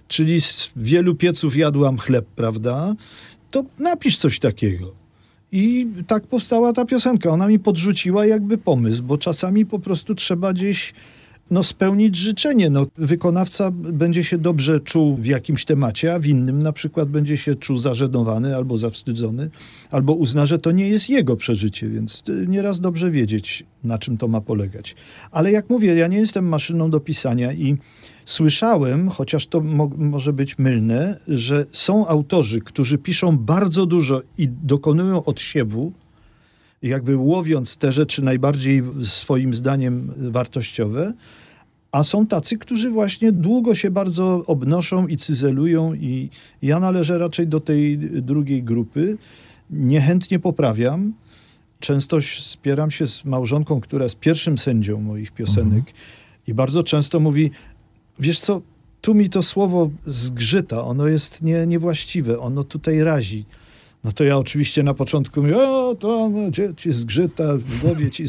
czyli z wielu pieców jadłam chleb, prawda? To napisz coś takiego. I tak powstała ta piosenka. Ona mi podrzuciła jakby pomysł, bo czasami po prostu trzeba gdzieś spełnić życzenie. Wykonawca będzie się dobrze czuł w jakimś temacie, a w innym na przykład będzie się czuł zażenowany albo zawstydzony, albo uzna, że to nie jest jego przeżycie, więc nieraz dobrze wiedzieć, na czym to ma polegać. Ale jak mówię, ja nie jestem maszyną do pisania i słyszałem, chociaż to może być mylne, że są autorzy, którzy piszą bardzo dużo i dokonują odsiewu, jakby łowiąc te rzeczy najbardziej swoim zdaniem wartościowe, a są tacy, którzy właśnie długo się bardzo obnoszą i cyzelują i ja należę raczej do tej drugiej grupy. Niechętnie poprawiam. Często spieram się z małżonką, która jest pierwszym sędzią moich piosenek i bardzo często mówi, wiesz co, tu mi to słowo zgrzyta, ono jest niewłaściwe, ono tutaj razi. No to ja oczywiście na początku mówię, to gdzie ci zgrzyta, w głowie ci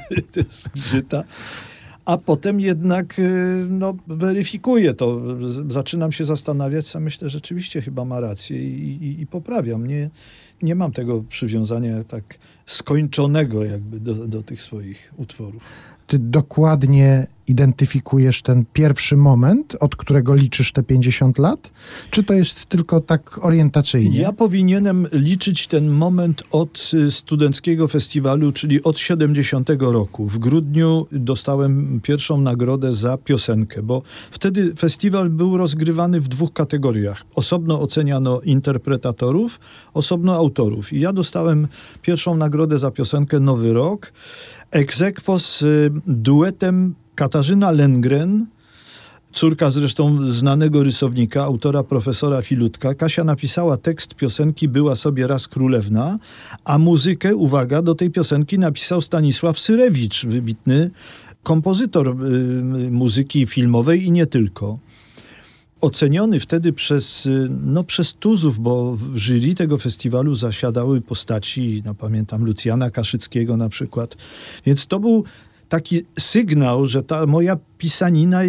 zgrzyta. A potem jednak weryfikuję to. Zaczynam się zastanawiać, sam myślę, rzeczywiście chyba ma rację i poprawiam. Nie mam tego przywiązania tak skończonego jakby do tych swoich utworów. Ty dokładnie identyfikujesz ten pierwszy moment, od którego liczysz te 50 lat? Czy to jest tylko tak orientacyjnie? Ja powinienem liczyć ten moment od studenckiego festiwalu, czyli od 70 roku. W grudniu dostałem pierwszą nagrodę za piosenkę, bo wtedy festiwal był rozgrywany w 2 kategoriach. Osobno oceniano interpretatorów, osobno autorów. I ja dostałem pierwszą nagrodę za piosenkę Nowy Rok, ex aequo z duetem Katarzyna Lenngren, córka zresztą znanego rysownika, autora profesora Filutka. Kasia napisała tekst piosenki Była sobie raz królewna, a muzykę, uwaga, do tej piosenki napisał Stanisław Syrewicz, wybitny kompozytor muzyki filmowej i nie tylko. Oceniony wtedy przez tuzów, bo w jury tego festiwalu zasiadały postaci, pamiętam Lucjana Kaszyckiego na przykład. Więc to był taki sygnał, że ta moja pisanina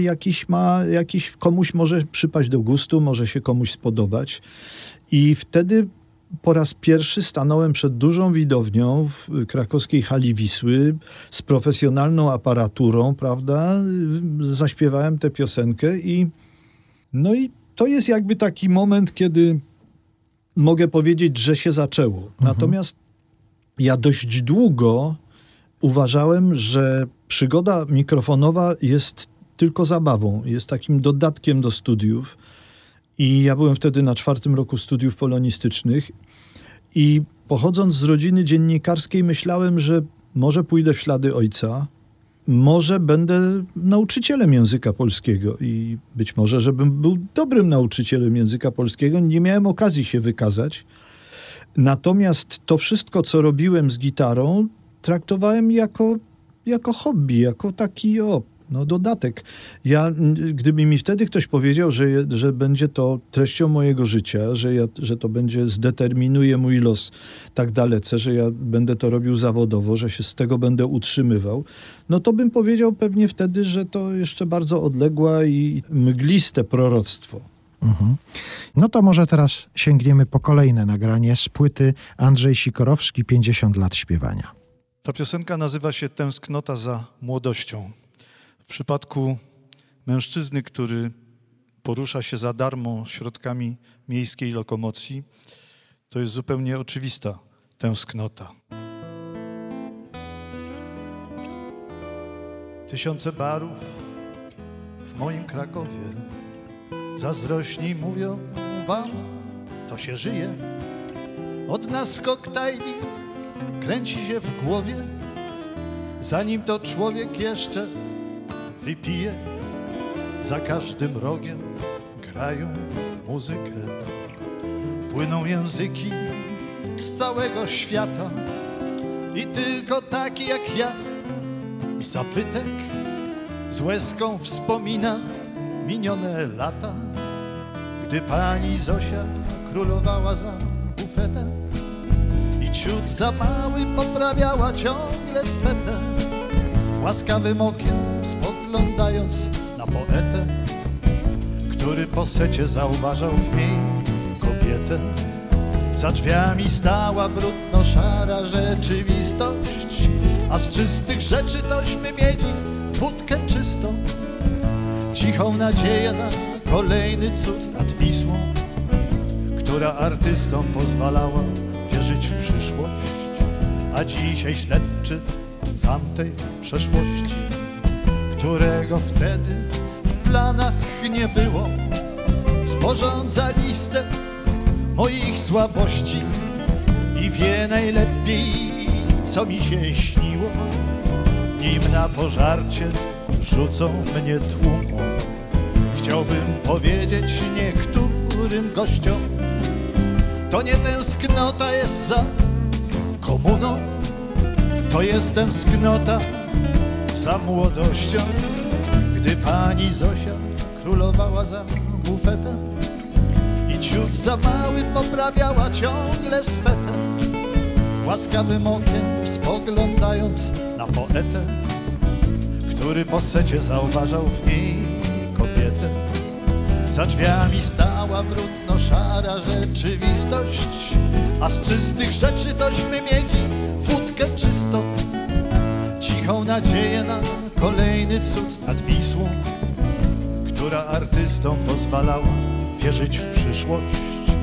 jakiś komuś może przypaść do gustu, może się komuś spodobać. I wtedy po raz pierwszy stanąłem przed dużą widownią w krakowskiej hali Wisły z profesjonalną aparaturą, prawda? Zaśpiewałem tę piosenkę i to jest jakby taki moment, kiedy mogę powiedzieć, że się zaczęło. Natomiast ja dość długo uważałem, że przygoda mikrofonowa jest tylko zabawą, jest takim dodatkiem do studiów. I ja byłem wtedy na 4. roku studiów polonistycznych i pochodząc z rodziny dziennikarskiej myślałem, że może pójdę w ślady ojca, może będę nauczycielem języka polskiego i być może, żebym był dobrym nauczycielem języka polskiego. Nie miałem okazji się wykazać. Natomiast to wszystko, co robiłem z gitarą, traktowałem jako hobby, jako taki dodatek. Gdyby mi wtedy ktoś powiedział, że będzie to treścią mojego życia, że to zdeterminuje mój los tak dalece, że ja będę to robił zawodowo, że się z tego będę utrzymywał, to bym powiedział pewnie wtedy, że to jeszcze bardzo odległe i mgliste proroctwo. No to może teraz sięgniemy po kolejne nagranie z płyty Andrzej Sikorowski, 50 lat śpiewania. Ta piosenka nazywa się Tęsknota za młodością. W przypadku mężczyzny, który porusza się za darmo środkami miejskiej lokomocji, to jest zupełnie oczywista tęsknota. Tysiące barów w moim Krakowie zazdrośni mówią wam, to się żyje. Od nas w koktajli kręci się w głowie, zanim to człowiek jeszcze wypije. Za każdym rogiem grają muzykę, płyną języki z całego świata i tylko taki jak ja, zabytek, z łezką wspomina minione lata, gdy pani Zosia królowała za bufetem i ciut za mały poprawiała ciągle swetę, łaskawym okiem spoglądając na poetę, który po secie zauważał w niej kobietę. Za drzwiami stała brudno-szara rzeczywistość, a z czystych rzeczy tośmy mieli wódkę czystą, cichą nadzieję na kolejny cud nad Wisłą, która artystom pozwalała wierzyć w przyszłość, a dzisiaj śledczy tamtej przeszłości, którego wtedy w planach nie było, sporządza listę moich słabości i wie najlepiej, co mi się śniło, nim na pożarcie rzucą mnie tłumą. Chciałbym powiedzieć niektórym gościom, to nie tęsknota jest za komuną, to jest tęsknota za młodością. Gdy pani Zosia królowała za bufetem i ciut za mały poprawiała ciągle swetę, łaskawym okiem spoglądając na poetę, który po secie zauważał w niej kobietę. Za drzwiami stała brudno-szara rzeczywistość, a z czystych rzeczy tośmy mieli wódkę czystą, cichą nadzieję na kolejny cud nad Wisłą, która artystom pozwalała wierzyć w przyszłość.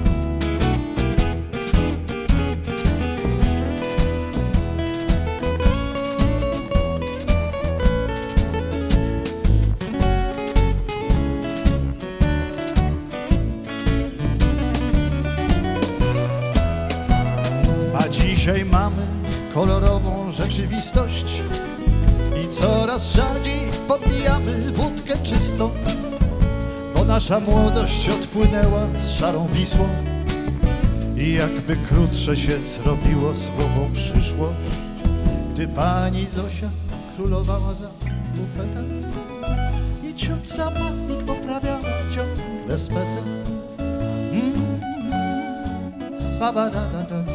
A dzisiaj mamy kolorową rzeczywistość i coraz rzadziej popijamy wódkę czystą, bo nasza młodość odpłynęła z szarą Wisłą i jakby krótsze się zrobiło słowo przyszłość, gdy pani Zosia królowała za bufetem i ciut za mały poprawiała ciągle swetę. Ba ba da da da.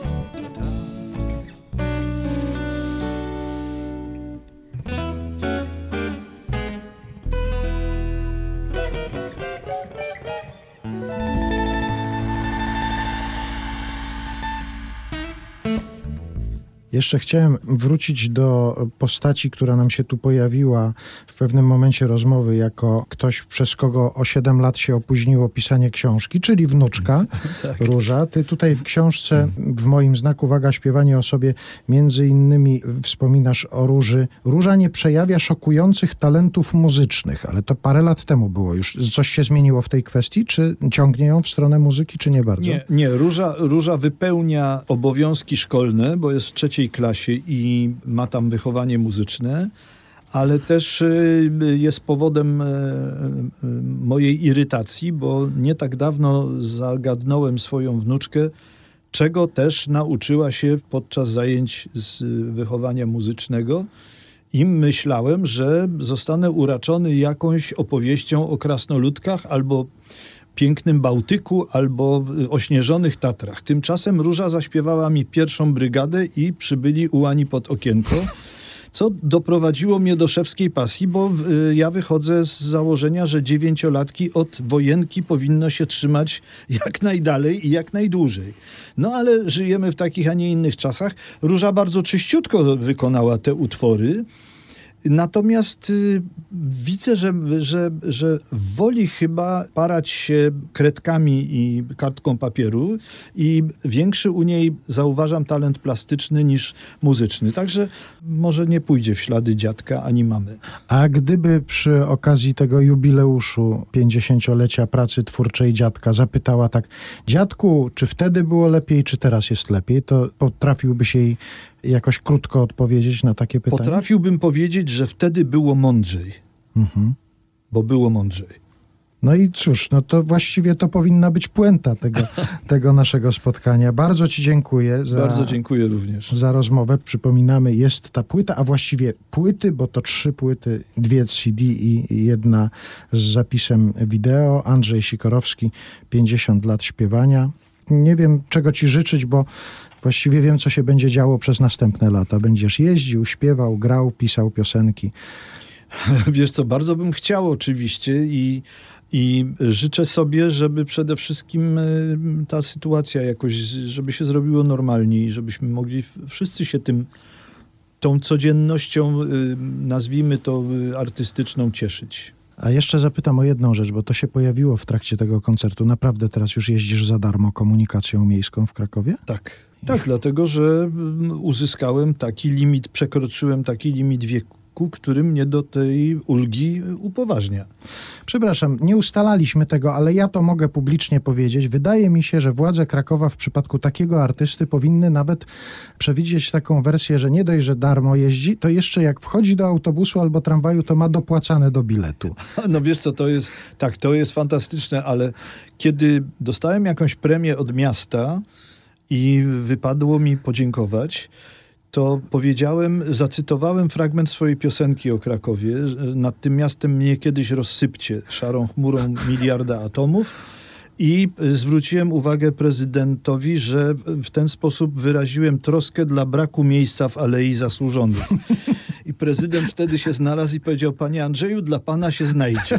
Jeszcze chciałem wrócić do postaci, która nam się tu pojawiła w pewnym momencie rozmowy, jako ktoś, przez kogo o 7 lat się opóźniło pisanie książki, czyli wnuczka Róża. Ty tutaj w książce, w moim znaku Uwaga, śpiewanie o sobie, między innymi wspominasz o Róży. Róża nie przejawia szokujących talentów muzycznych, ale to parę lat temu było już. Coś się zmieniło w tej kwestii? Czy ciągnie ją w stronę muzyki, czy nie bardzo? Nie. Róża wypełnia obowiązki szkolne, bo jest w 3. klasie i ma tam wychowanie muzyczne, ale też jest powodem mojej irytacji, bo nie tak dawno zagadnąłem swoją wnuczkę, czego też nauczyła się podczas zajęć z wychowania muzycznego i myślałem, że zostanę uraczony jakąś opowieścią o krasnoludkach albo pięknym Bałtyku albo ośnieżonych Tatrach. Tymczasem Róża zaśpiewała mi Pierwszą Brygadę i Przybyli ułani pod okienko, co doprowadziło mnie do szewskiej pasji, bo ja wychodzę z założenia, że 9-latki od wojenki powinno się trzymać jak najdalej i jak najdłużej. No ale żyjemy w takich, a nie innych czasach. Róża bardzo czyściutko wykonała te utwory. Natomiast widzę, że woli chyba parać się kredkami i kartką papieru i większy u niej zauważam talent plastyczny niż muzyczny. Także może nie pójdzie w ślady dziadka ani mamy. A gdyby przy okazji tego jubileuszu 50-lecia pracy twórczej dziadka zapytała tak: dziadku, czy wtedy było lepiej, czy teraz jest lepiej, to potrafiłbyś jej jakoś krótko odpowiedzieć na takie pytanie? Potrafiłbym powiedzieć, że wtedy było mądrzej. Bo było mądrzej. No i cóż, no to właściwie to powinna być puenta tego naszego spotkania. Bardzo ci dziękuję Bardzo dziękuję również. za rozmowę. Przypominamy, jest ta płyta, a właściwie płyty, bo to 3 płyty, 2 CD i 1 z zapisem wideo. Andrzej Sikorowski, 50 lat śpiewania. Nie wiem, czego ci życzyć, bo właściwie wiem, co się będzie działo przez następne lata. Będziesz jeździł, śpiewał, grał, pisał piosenki. Wiesz co, bardzo bym chciał oczywiście i I życzę sobie, żeby przede wszystkim ta sytuacja jakoś, żeby się zrobiło normalniej, żebyśmy mogli wszyscy się tą codziennością, nazwijmy to artystyczną, cieszyć. A jeszcze zapytam o jedną rzecz, bo to się pojawiło w trakcie tego koncertu. Naprawdę teraz już jeździsz za darmo komunikacją miejską w Krakowie? Tak, dlatego że przekroczyłem taki limit wieku, który mnie do tej ulgi upoważnia. Przepraszam, nie ustalaliśmy tego, ale ja to mogę publicznie powiedzieć. Wydaje mi się, że władze Krakowa w przypadku takiego artysty powinny nawet przewidzieć taką wersję, że nie dość, że darmo jeździ, to jeszcze jak wchodzi do autobusu albo tramwaju, to ma dopłacane do biletu. No wiesz co, to jest fantastyczne, ale kiedy dostałem jakąś premię od miasta i wypadło mi podziękować, to zacytowałem fragment swojej piosenki o Krakowie. Nad tym miastem mnie kiedyś rozsypcie szarą chmurą miliarda atomów. I zwróciłem uwagę prezydentowi, że w ten sposób wyraziłem troskę dla braku miejsca w Alei Zasłużonych. I prezydent wtedy się znalazł i powiedział: panie Andrzeju, dla pana się znajdzie.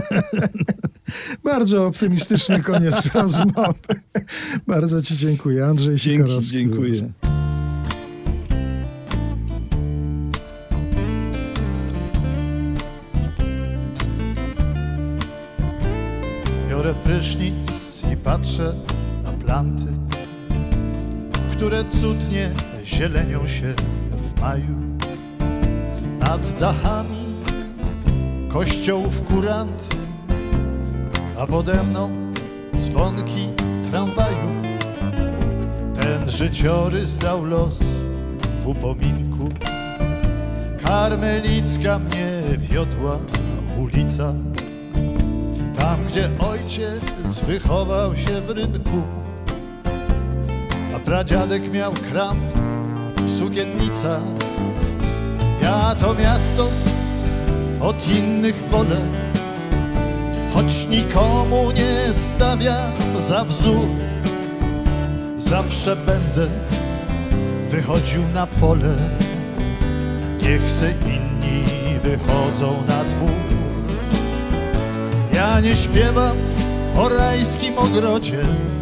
Bardzo optymistyczny koniec rozmowy. Bardzo ci dziękuję. Andrzej Sikorowski. Dziękuję. Biorę prysznic i patrzę na planty, które cudnie zielenią się w maju. Nad dachami kościołów kuranty, a pode mną dzwonki tramwaju. Ten życiorys dał los w upominku. Karmelicka mnie wiodła ulica, tam, gdzie ojciec wychował się w rynku, a pradziadek miał kram w Sukiennicach. Ja to miasto od innych wolę, choć nikomu nie stawiam za wzór. Zawsze będę wychodził na pole, niech se inni wychodzą na dwór. Ja nie śpiewam o rajskim ogrodzie,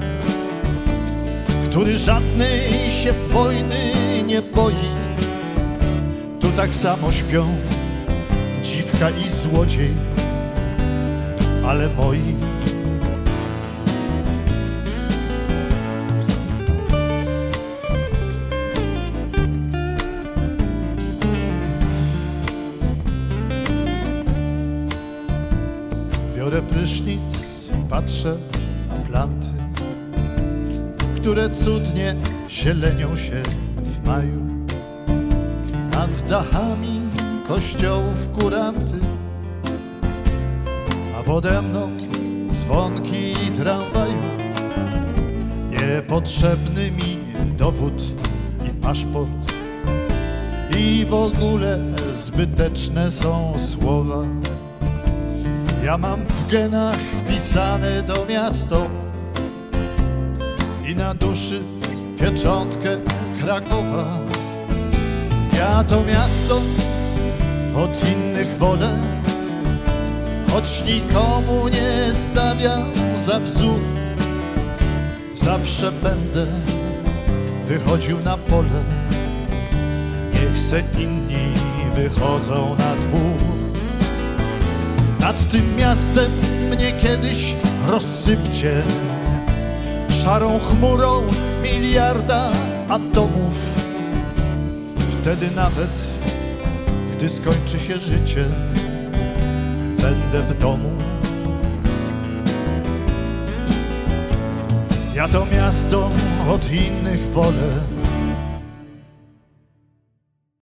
który żadnej się wojny nie boi. Tu tak samo śpią dziwka i złodziej, ale moi. Biorę prysznic i patrzę na planty, które cudnie zielenią się w maju. Nad dachami kościołów kuranty, a pode mną dzwonki tramwaju. Niepotrzebny mi dowód i paszport, i w ogóle zbyteczne są słowa. Ja mam w genach wpisane to miasto i na duszy pieczątkę Krakowa. Ja to miasto od innych wolę, choć nikomu nie stawiam za wzór. Zawsze będę wychodził na pole, niech se inni wychodzą na dwór. Nad tym miastem mnie kiedyś rozsypcie szarą chmurą miliarda atomów. Wtedy nawet, gdy skończy się życie, będę w domu. Ja to miasto od innych wolę,